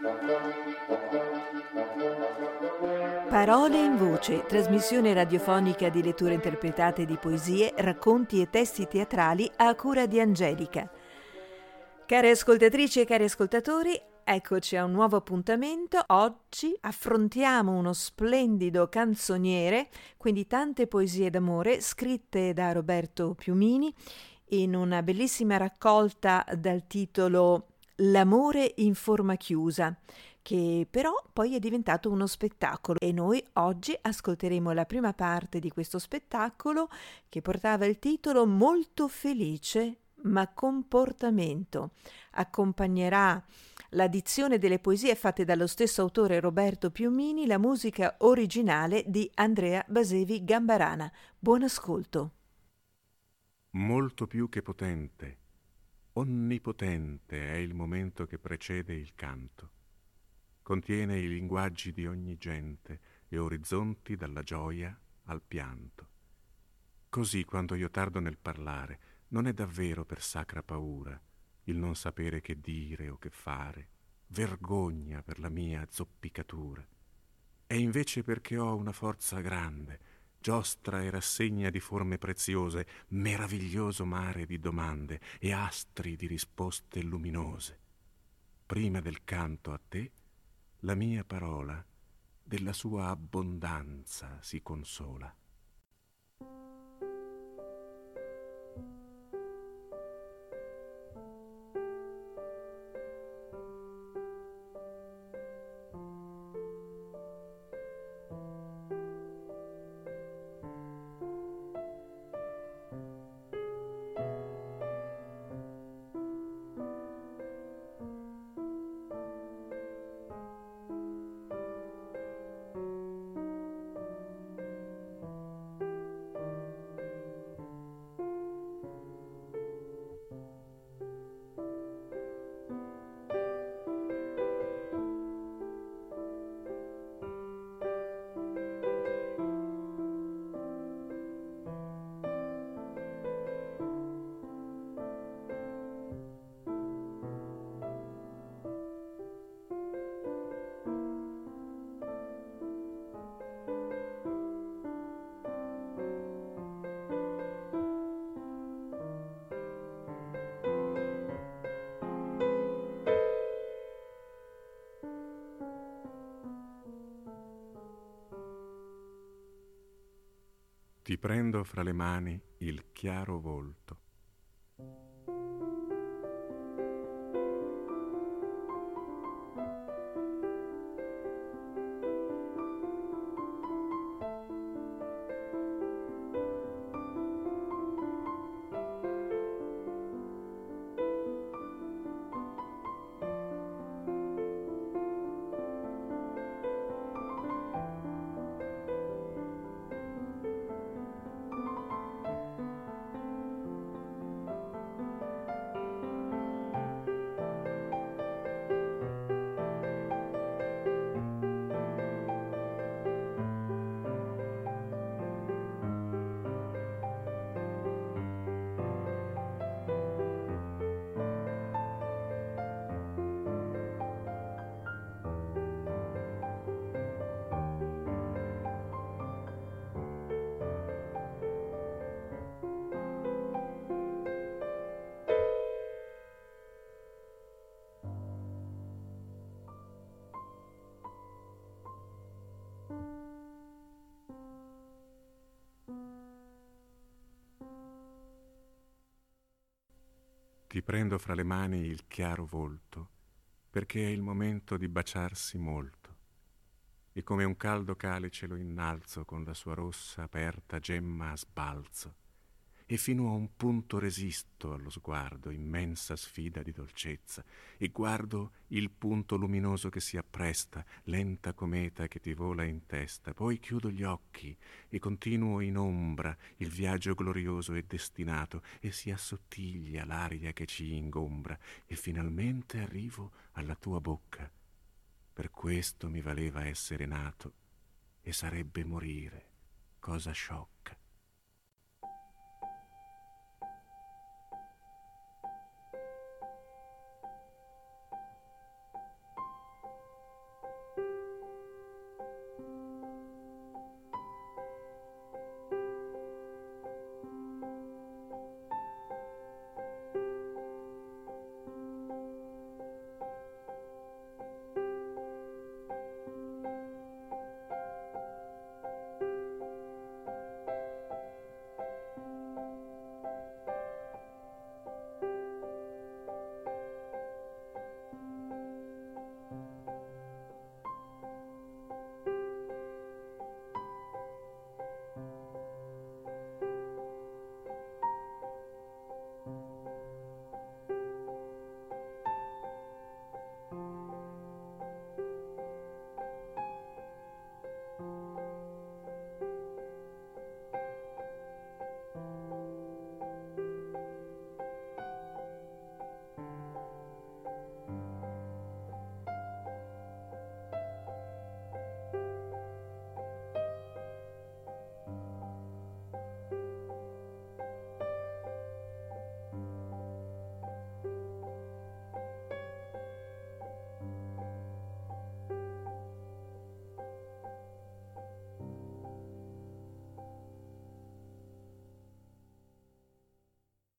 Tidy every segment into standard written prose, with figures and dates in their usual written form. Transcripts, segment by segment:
Parole in voce, trasmissione radiofonica di letture interpretate di poesie, racconti e testi teatrali a cura di Angelica. Care ascoltatrici e cari ascoltatori, eccoci a un nuovo appuntamento. Oggi affrontiamo uno splendido canzoniere, quindi tante poesie d'amore scritte da Roberto Piumini in una bellissima raccolta dal titolo L'amore in forma chiusa, che però poi è diventato uno spettacolo e noi oggi ascolteremo la prima parte di questo spettacolo che portava il titolo Molto felice ma comportamento. Accompagnerà la dizione delle poesie fatte dallo stesso autore Roberto Piumini, la musica originale di Andrea Basevi Gambarana. Buon ascolto. Molto più che potente, onnipotente è il momento che precede il canto. Contiene i linguaggi di ogni gente e orizzonti dalla gioia al pianto. Così quando io tardo nel parlare, non è davvero per sacra paura, il non sapere che dire o che fare, vergogna per la mia zoppicatura. È invece perché ho una forza grande, giostra e rassegna di forme preziose, meraviglioso mare di domande e astri di risposte luminose. Prima del canto a te, la mia parola della sua abbondanza si consola. Ti prendo fra le mani il chiaro volto. Ti prendo fra le mani il chiaro volto, perché è il momento di baciarsi molto, e come un caldo calice lo innalzo con la sua rossa aperta gemma a sbalzo, e fino a un punto resisto allo sguardo, immensa sfida di dolcezza, e guardo il punto luminoso che si appresta, lenta cometa che ti vola in testa. Poi chiudo gli occhi e continuo in ombra il viaggio glorioso e destinato, e si assottiglia l'aria che ci ingombra, e finalmente arrivo alla tua bocca. Per questo mi valeva essere nato, e sarebbe morire cosa sciocca.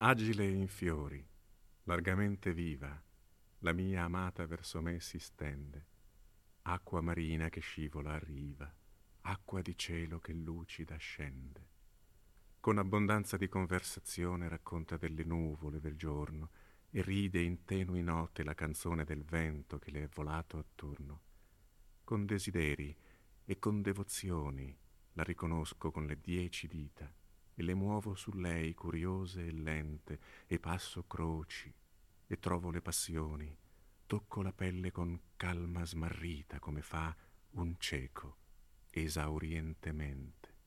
Agile in fiori, largamente viva, la mia amata verso me si stende, acqua marina che scivola a riva, acqua di cielo che lucida scende. Con abbondanza di conversazione racconta delle nuvole del giorno e ride in tenui note la canzone del vento che le è volato attorno. Con desideri e con devozioni la riconosco con le 10 dita e le muovo su lei curiose e lente e passo croci e trovo le passioni, tocco la pelle con calma smarrita come fa un cieco esaurientemente.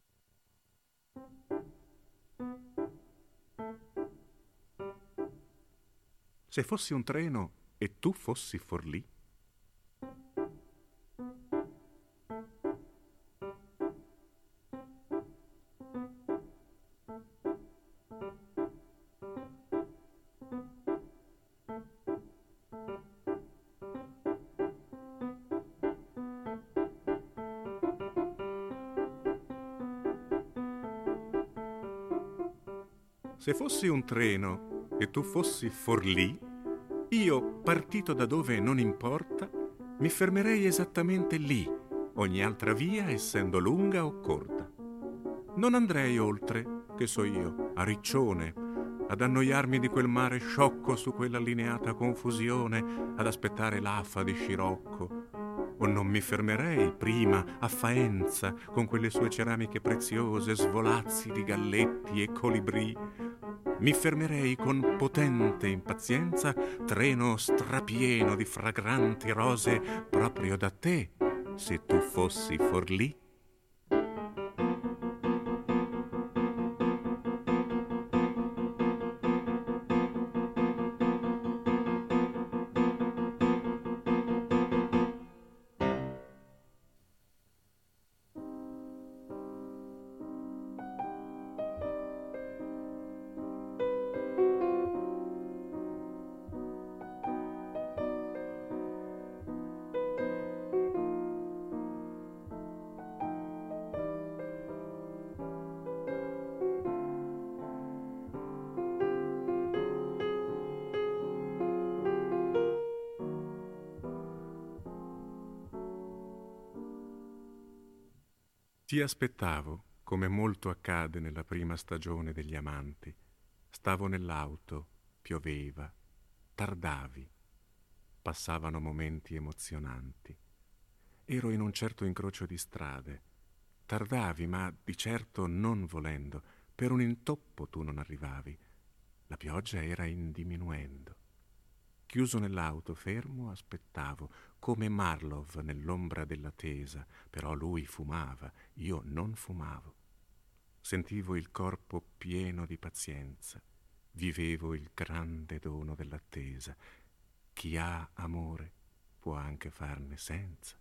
Se fossi un treno e tu fossi Forlì, se fossi un treno e tu fossi Forlì, io, partito da dove non importa, mi fermerei esattamente lì, ogni altra via essendo lunga o corta. Non andrei oltre, che so io, a Riccione, ad annoiarmi di quel mare sciocco su quell'allineata confusione, ad aspettare l'afa di Scirocco. O non mi fermerei prima a Faenza con quelle sue ceramiche preziose, svolazzi di galletti e colibrì. Mi fermerei con potente impazienza, treno strapieno di fragranti rose, proprio da te, se tu fossi Forlì. Ti aspettavo, come molto accade nella prima stagione degli amanti. Stavo nell'auto, pioveva, tardavi, passavano momenti emozionanti. Ero in un certo incrocio di strade. Tardavi, ma di certo non volendo. Per un intoppo tu non arrivavi. La pioggia era in diminuendo. Chiuso nell'auto, fermo, aspettavo, come Marlov nell'ombra della tesa, però lui fumava, io non fumavo. Sentivo il corpo pieno di pazienza, vivevo il grande dono dell'attesa. Chi ha amore può anche farne senza.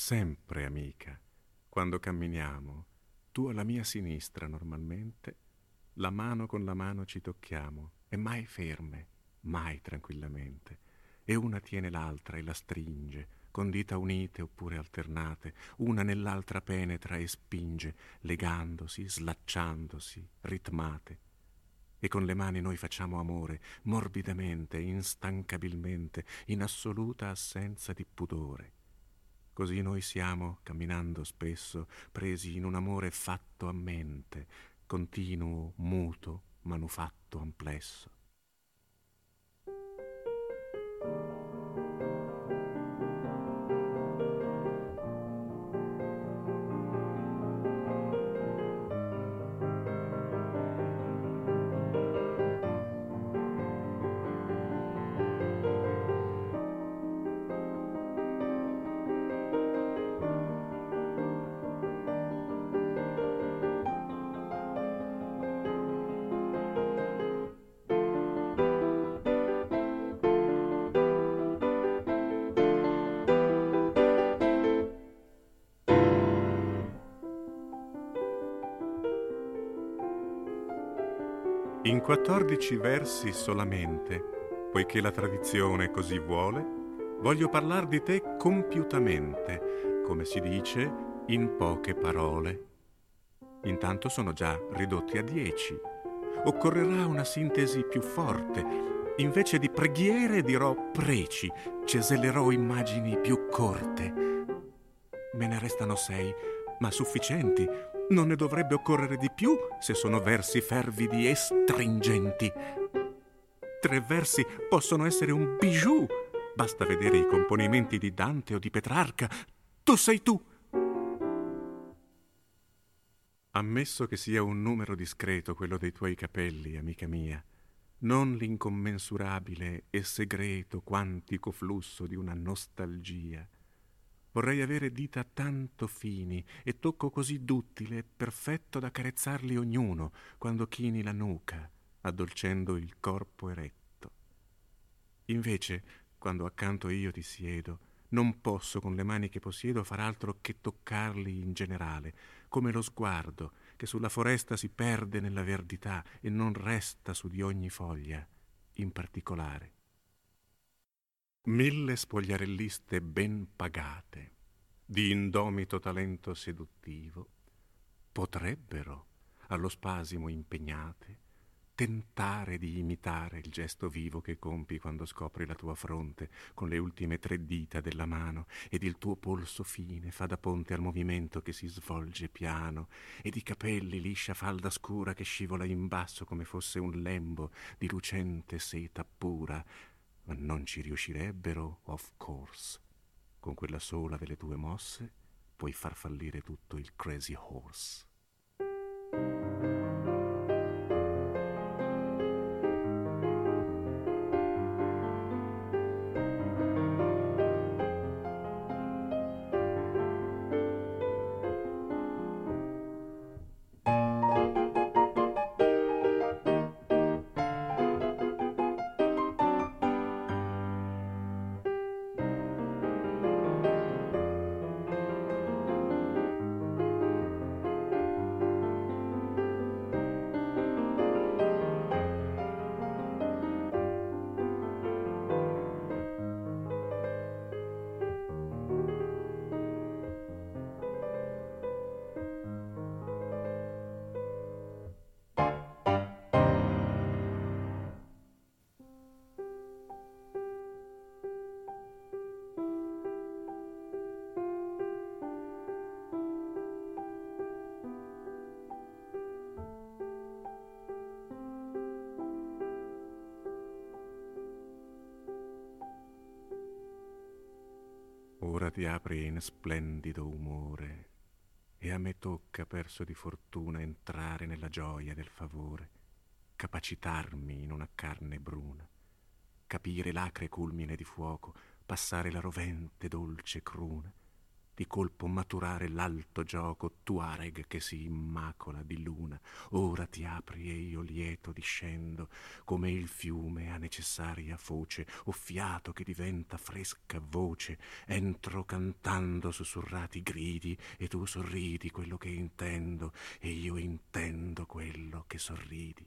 sempre amica. Quando camminiamo, tu alla mia sinistra normalmente, la mano con la mano ci tocchiamo, e mai ferme, mai tranquillamente. E una tiene l'altra e la stringe, con dita unite oppure alternate, una nell'altra penetra e spinge, legandosi, slacciandosi, ritmate. E con le mani noi facciamo amore, morbidamente, instancabilmente, in assoluta assenza di pudore. Così noi siamo, camminando spesso, presi in un amore fatto a mente, continuo, muto, manufatto amplesso. In 14 versi solamente, poiché la tradizione così vuole, voglio parlar di te compiutamente, come si dice, in poche parole. Intanto sono già ridotti a 10. Occorrerà una sintesi più forte. Invece di preghiere dirò preci, cesellerò immagini più corte. Me ne restano 6, ma sufficienti. Non ne dovrebbe occorrere di più se sono versi fervidi e stringenti. 3 versi possono essere un bijou. Basta vedere i componimenti di Dante o di Petrarca. Tu sei tu. Ammesso che sia un numero discreto quello dei tuoi capelli, amica mia, non l'incommensurabile e segreto quantico flusso di una nostalgia. Vorrei avere dita tanto fini e tocco così duttile e perfetto da carezzarli ognuno quando chini la nuca, addolcendo il corpo eretto. Invece, quando accanto io ti siedo, non posso con le mani che possiedo far altro che toccarli in generale, come lo sguardo che sulla foresta si perde nella verdità e non resta su di ogni foglia, in particolare. 1000 spogliarelliste ben pagate, di indomito talento seduttivo, potrebbero, allo spasimo impegnate, tentare di imitare il gesto vivo che compi quando scopri la tua fronte con le ultime 3 dita della mano ed il tuo polso fine fa da ponte al movimento che si svolge piano ed i capelli liscia falda scura che scivola in basso come fosse un lembo di lucente seta pura. Ma non ci riuscirebbero, of course. Con quella sola delle tue mosse puoi far fallire tutto il Crazy Horse. Ora ti apri in splendido umore e a me tocca, perso di fortuna, entrare nella gioia del favore, capacitarmi in una carne bruna, capire l'acre culmine di fuoco, passare la rovente dolce cruna, di colpo maturare l'alto gioco Tuareg che si immacola di luna. Ora ti apri e io lieto discendo, come il fiume a necessaria foce, o fiato che diventa fresca voce. Entro cantando sussurrati gridi, e tu sorridi quello che intendo, e io intendo quello che sorridi.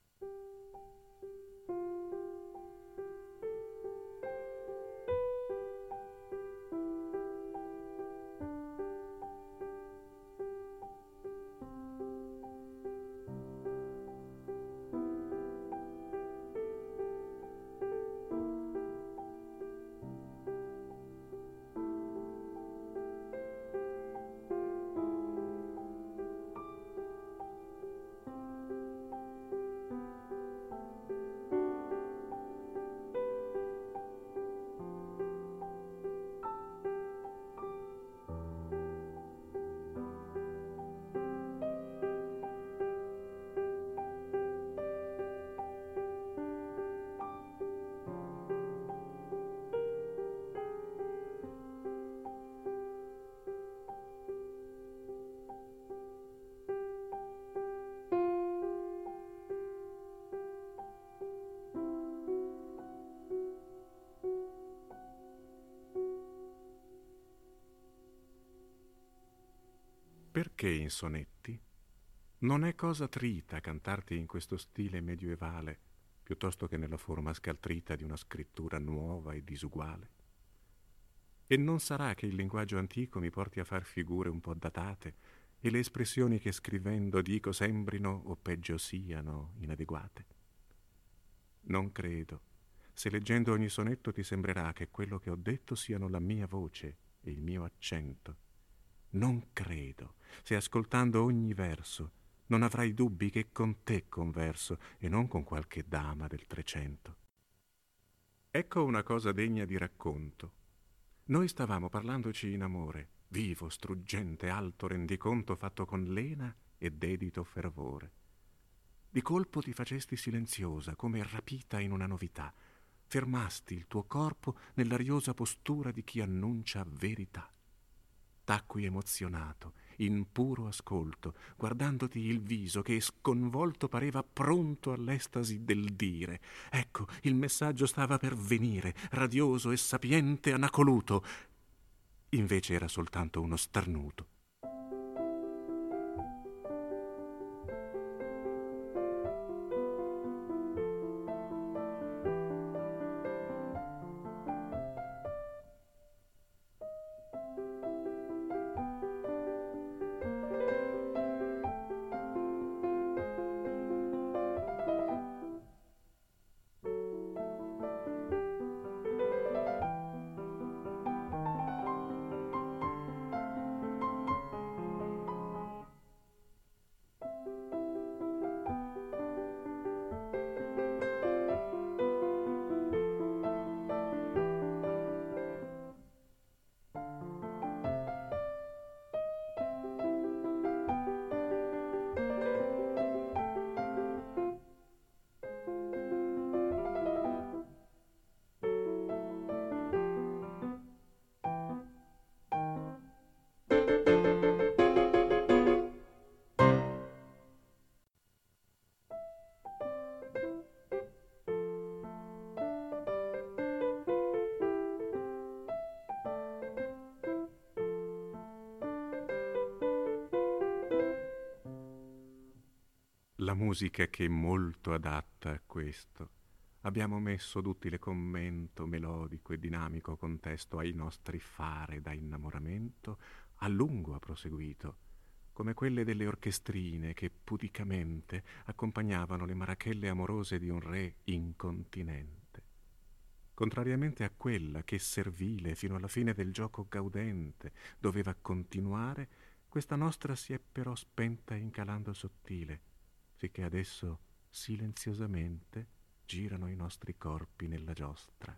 Perché in sonetti? Non è cosa trita cantarti in questo stile medioevale, piuttosto che nella forma scaltrita di una scrittura nuova e disuguale? E non sarà che il linguaggio antico mi porti a far figure un po' datate e le espressioni che scrivendo dico sembrino o peggio siano inadeguate? Non credo. Se leggendo ogni sonetto ti sembrerà che quello che ho detto siano la mia voce e il mio accento. Non credo. Se ascoltando ogni verso non avrai dubbi che con te converso e non con qualche dama del Trecento. Ecco una cosa degna di racconto. Noi stavamo parlandoci in amore, vivo, struggente, alto rendiconto fatto con lena e dedito fervore. Di colpo ti facesti silenziosa, come rapita in una novità. Fermasti il tuo corpo nell'ariosa postura di chi annuncia verità. Tacqui emozionato, in puro ascolto, guardandoti il viso che sconvolto pareva pronto all'estasi del dire. Ecco, il messaggio stava per venire, radioso e sapiente anacoluto. Invece era soltanto uno starnuto. La musica che è molto adatta a questo. Abbiamo messo d'utile commento melodico e dinamico contesto ai nostri fare da innamoramento, a lungo ha proseguito, come quelle delle orchestrine che pudicamente accompagnavano le marachelle amorose di un re incontinente. Contrariamente a quella che, servile fino alla fine del gioco gaudente, doveva continuare, questa nostra si è però spenta incalando sottile, sicché adesso silenziosamente girano i nostri corpi nella giostra.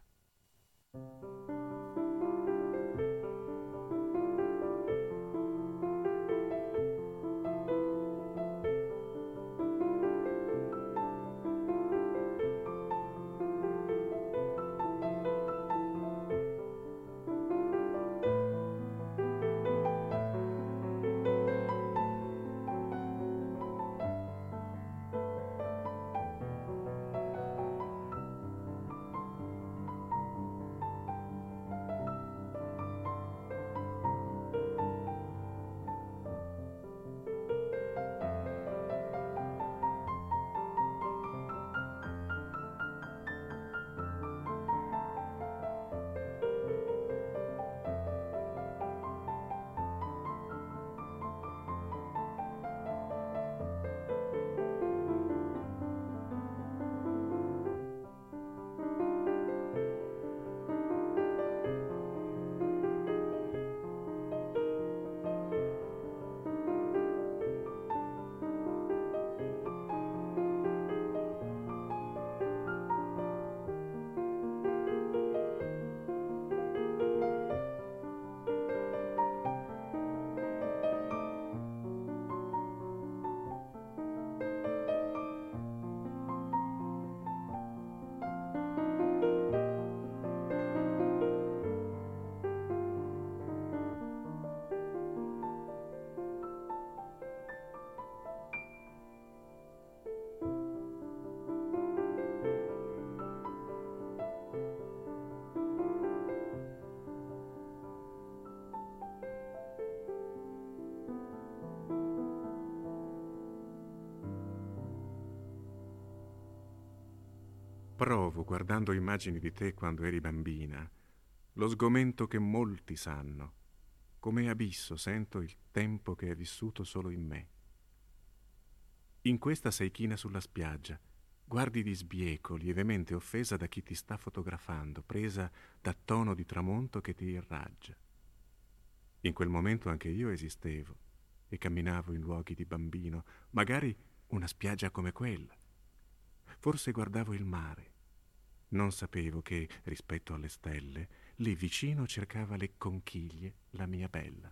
Provo, guardando immagini di te quando eri bambina, lo sgomento che molti sanno. Come abisso sento il tempo che è vissuto solo in me. In questa sei china sulla spiaggia, guardi di sbieco, lievemente offesa da chi ti sta fotografando, presa da tono di tramonto che ti irraggia. In quel momento anche io esistevo e camminavo in luoghi di bambino, magari una spiaggia come quella. Forse guardavo il mare. Non sapevo che, rispetto alle stelle, lì vicino cercava le conchiglie la mia bella.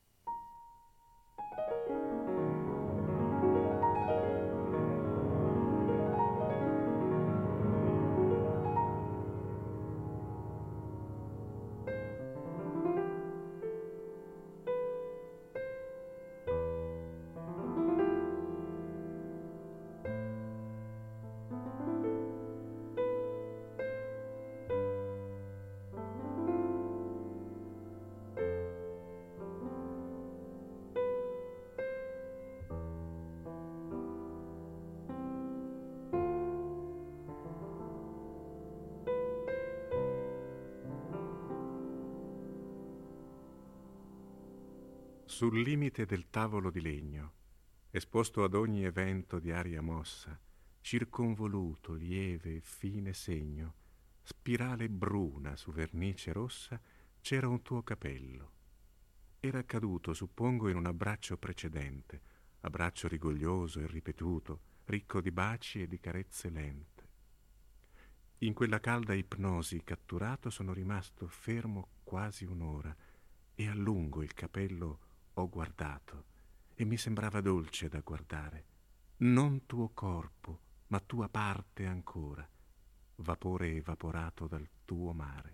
Sul limite del tavolo di legno, esposto ad ogni evento di aria mossa, circonvoluto, lieve e fine segno, spirale bruna su vernice rossa, c'era un tuo capello. Era caduto, suppongo, in un abbraccio precedente, abbraccio rigoglioso e ripetuto, ricco di baci e di carezze lente. In quella calda ipnosi catturato sono rimasto fermo quasi un'ora e a lungo il capello ho guardato e mi sembrava dolce da guardare. Non tuo corpo, ma tua parte ancora, vapore evaporato dal tuo mare.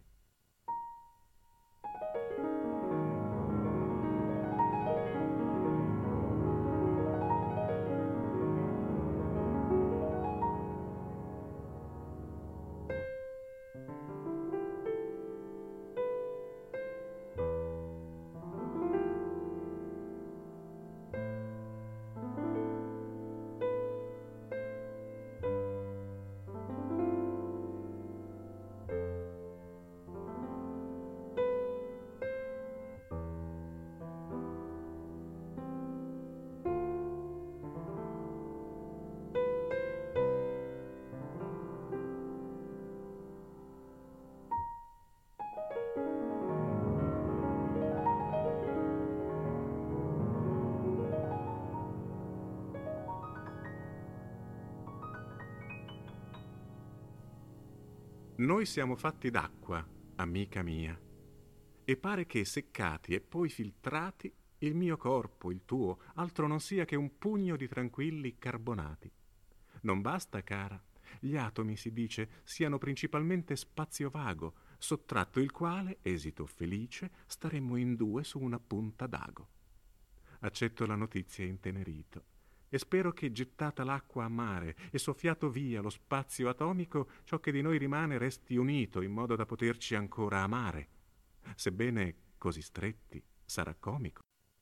Noi siamo fatti d'acqua, amica mia, e pare che seccati e poi filtrati il mio corpo, il tuo, altro non sia che un pugno di tranquilli carbonati. Non basta, cara, gli atomi, si dice, siano principalmente spazio vago, sottratto il quale, esito felice, staremmo in due su una punta d'ago. Accetto la notizia intenerito e spero che, gettata l'acqua a mare e soffiato via lo spazio atomico, ciò che di noi rimane resti unito in modo da poterci ancora amare. Sebbene così stretti, sarà comico.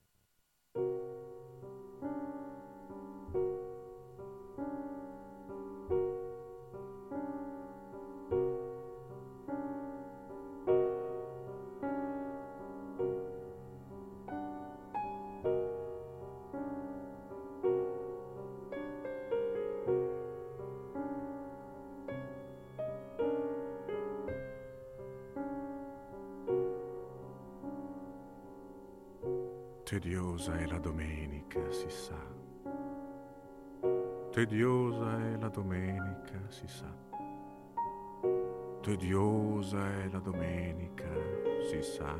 Tediosa è la domenica, si sa. Tediosa è la domenica, si sa. Tediosa è la domenica, si sa.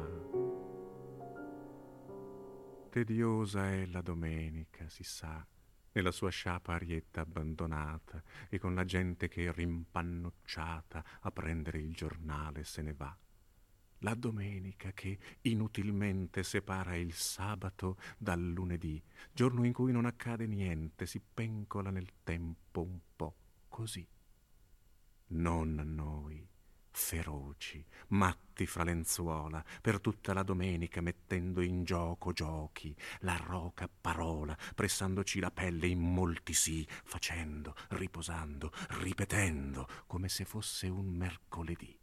Tediosa è la domenica, si sa, nella sua sciapa arietta abbandonata e con la gente che rimpannocciata a prendere il giornale se ne va. La domenica che inutilmente separa il sabato dal lunedì, giorno in cui non accade niente, si pencola nel tempo un po' così. Non noi, feroci, matti fra lenzuola, per tutta la domenica mettendo in gioco giochi, la roca parola, pressandoci la pelle in molti sì, facendo, riposando, ripetendo, come se fosse un mercoledì.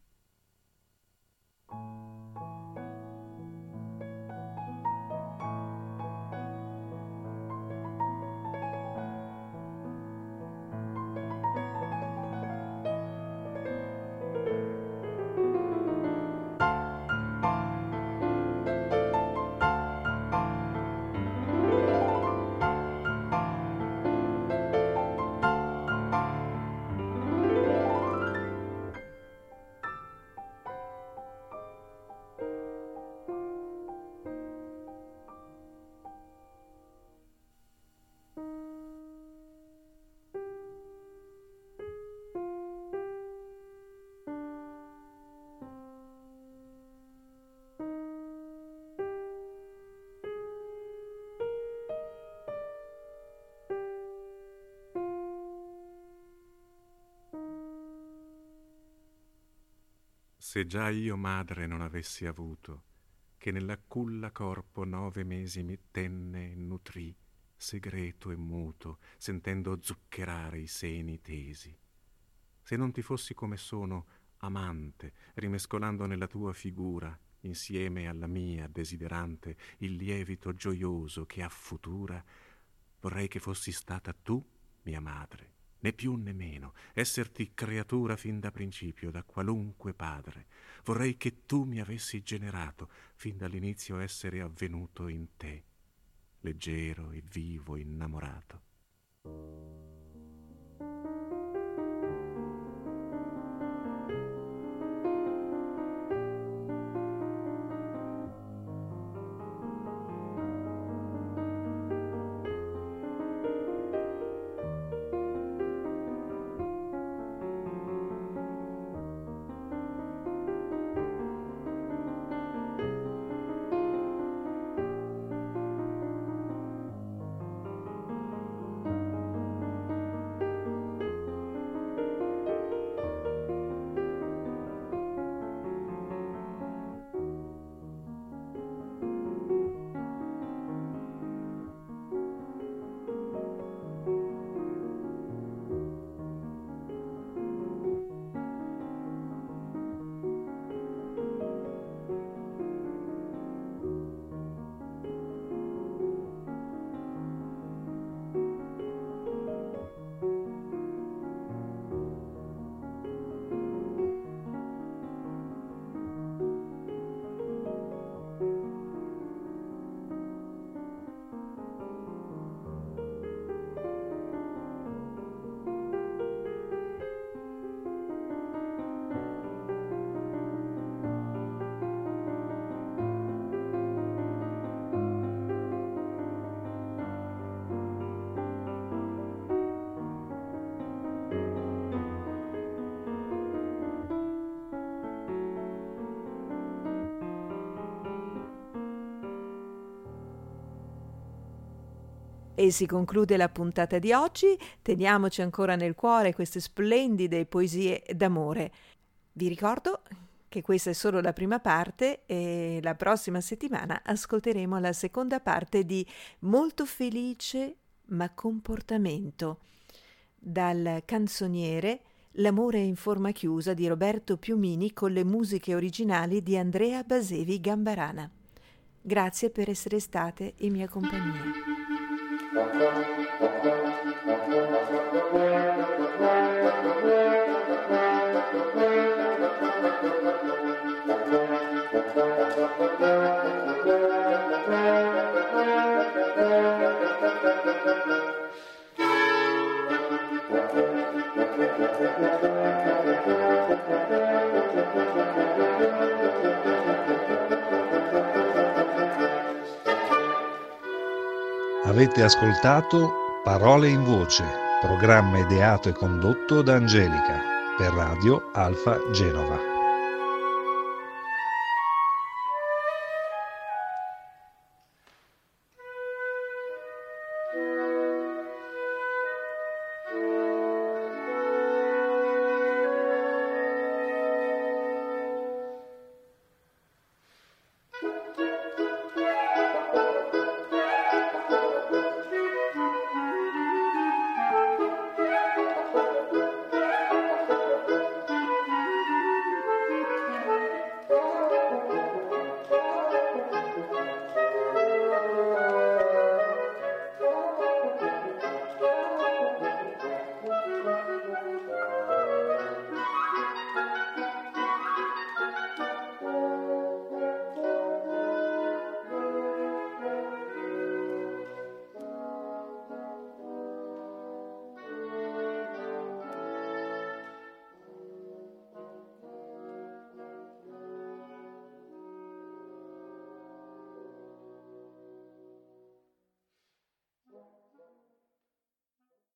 Se già io madre non avessi avuto, che nella culla corpo 9 mesi mi tenne e nutrì, segreto e muto, sentendo zuccherare i seni tesi. Se non ti fossi come sono, amante, rimescolando nella tua figura, insieme alla mia desiderante, il lievito gioioso che ha futura, vorrei che fossi stata tu, mia madre, né più né meno, esserti creatura fin da principio, da qualunque padre. Vorrei che tu mi avessi generato, fin dall'inizio essere avvenuto in te, leggero e vivo, innamorato. E si conclude la puntata di oggi. Teniamoci ancora nel cuore queste splendide poesie d'amore. Vi ricordo che questa è solo la prima parte e la prossima settimana ascolteremo la seconda parte di Molto felice ma comportamento, dal canzoniere L'amore in forma chiusa di Roberto Piumini con le musiche originali di Andrea Basevi Gambarana. Grazie per essere state in mia compagnia. Avete ascoltato Parole in Voce, programma ideato e condotto da Angelica per Radio Alfa Genova.